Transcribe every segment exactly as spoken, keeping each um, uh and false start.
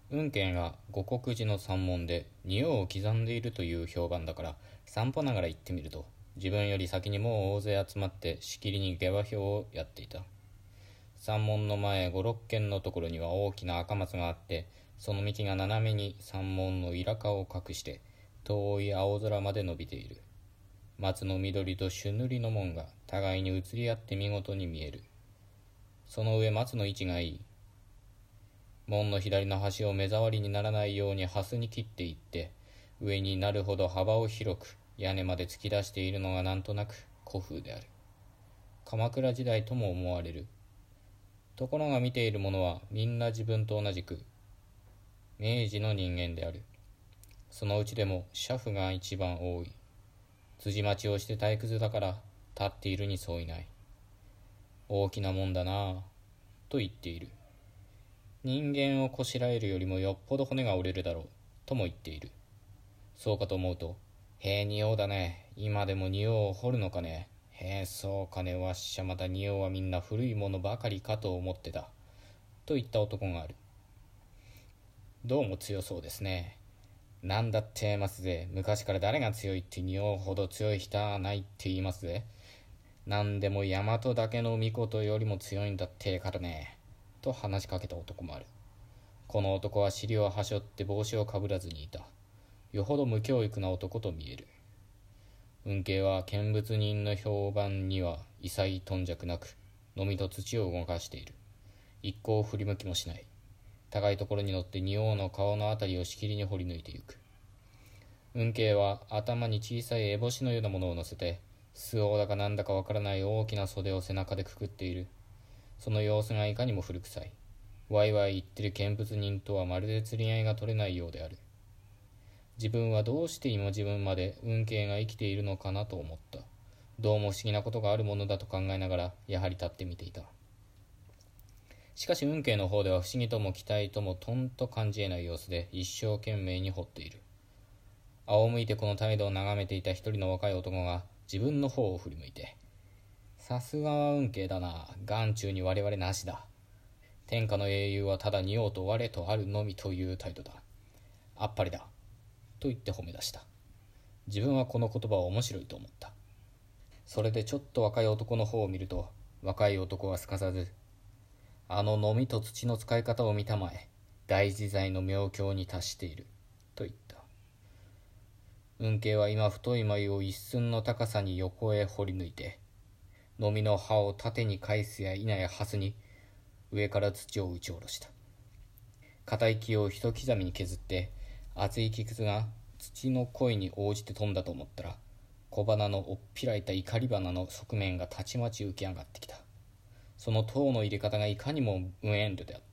運慶が五穀寺の山門で仁王を刻んでいるという評判だから、散歩ながら行ってみると、自分より先にもう大勢集まってしきりに下馬評をやっていた。山門の前五六軒のところには大きな赤松があって、その幹が斜めに山門の裏側を隠して遠い青空まで伸びている。松の緑と朱塗りの門が互いに移り合って見事に見える。その上松の位置がいい。門の左の端を目障りにならないようにハスに切っていって、上になるほど幅を広く屋根まで突き出しているのがなんとなく古風である。鎌倉時代とも思われる。ところが見ている者はみんな自分と同じく明治の人間である。そのうちでも車夫が一番多い。辻待ちをして退屈だから立っているにそういない。大きなもんだなぁと言っている。人間をこしらえるよりもよっぽど骨が折れるだろうとも言っている。そうかと思うと、へえ仁王だね、今でも仁王を掘るのかね、へえそうかね、わっしゃまた仁王はみんな古いものばかりかと思ってたと言った男がある。どうも強そうですね。なんだってますぜ。昔から誰が強いって仁王ほど強い人はないって言いますぜ。なんでも大和だけの御事よりも強いんだってからね。と話しかけた男もある。この男は尻をはしょって帽子をかぶらずにいた。よほど無教育な男と見える。運慶は見物人の評判には異彩頓着なく、のみと土を動かしている。一向振り向きもしない。高いところに乗って仁王の顔のあたりをしきりに掘り抜いてゆく。運慶は頭に小さい烏帽子のようなものを乗せて、周防だかなんだかわからない大きな袖を背中でくくっている。その様子がいかにも古臭い。ワイワイ言ってる見物人とはまるで釣り合いが取れないようである。自分はどうして今自分まで運慶が生きているのかなと思った。どうも不思議なことがあるものだと考えながら、やはり立って見ていた。しかし運慶の方では不思議とも期待ともとんと感じ得ない様子で一生懸命に掘っている。仰向いてこの態度を眺めていた一人の若い男が自分の方を振り向いて、さすがは運慶だな。眼中に我々なしだ。天下の英雄はただ仁王と我とあるのみという態度だ。あっぱれだ。と言って褒め出した。自分はこの言葉を面白いと思った。それでちょっと若い男の方を見ると、若い男はすかさず、あののみと土の使い方を見たまえ、大自在の妙境に達している。と言った。運慶は今太い眉を一寸の高さに横へ掘り抜いて、のみの刃を縦に返すや否やはすに上から土を打ち下ろした。硬い木を一刻みに削って厚い木くずが土の声に応じて飛んだと思ったら、小花のおっぴらいた怒り花の側面がたちまち浮き上がってきた。その塔の入れ方がいかにも無遠慮であった。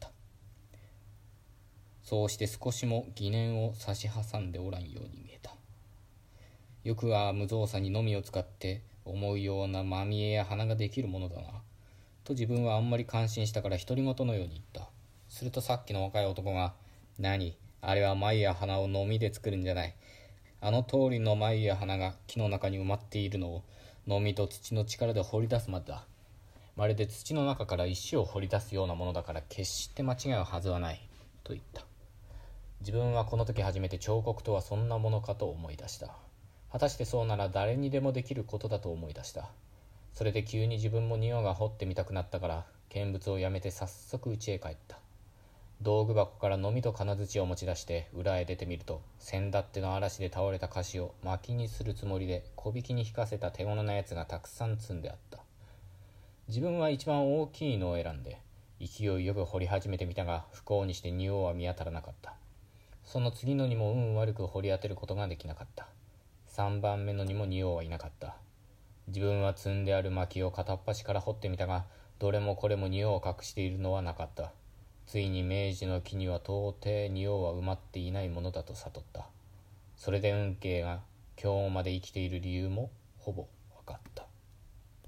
そうして少しも疑念を差し挟んでおらんように見えた。よくは無造作にのみを使って思うようなまみえや花ができるものだなと自分はあんまり感心したから独り言のように言った。するとさっきの若い男が、何、あれは舞や花をのみで作るんじゃない。あの通りの舞や花が木の中に埋まっているのをのみと土の力で掘り出すまでだ。まるで土の中から石を掘り出すようなものだから決して間違うはずはないと言った。自分はこの時初めて彫刻とはそんなものかと思い出した。果たしてそうなら誰にでもできることだと思い出した。それで急に自分も仁王が掘ってみたくなったから見物をやめて早速家へ帰った。道具箱からのみと金槌を持ち出して裏へ出てみると、先だっての嵐で倒れた菓子を薪にするつもりで小引きに引かせた手頃なやつがたくさん積んであった。自分は一番大きいのを選んで勢いよく掘り始めてみたが、不幸にして仁王は見当たらなかった。その次のにも運悪く掘り当てることができなかった。三番目のにも仁王はいなかった。自分は積んである薪を片っ端から掘ってみたが、どれもこれも仁王を隠しているのはなかった。ついに明治の木には到底仁王は埋まっていないものだと悟った。それで運慶が今日まで生きている理由もほぼ分かった。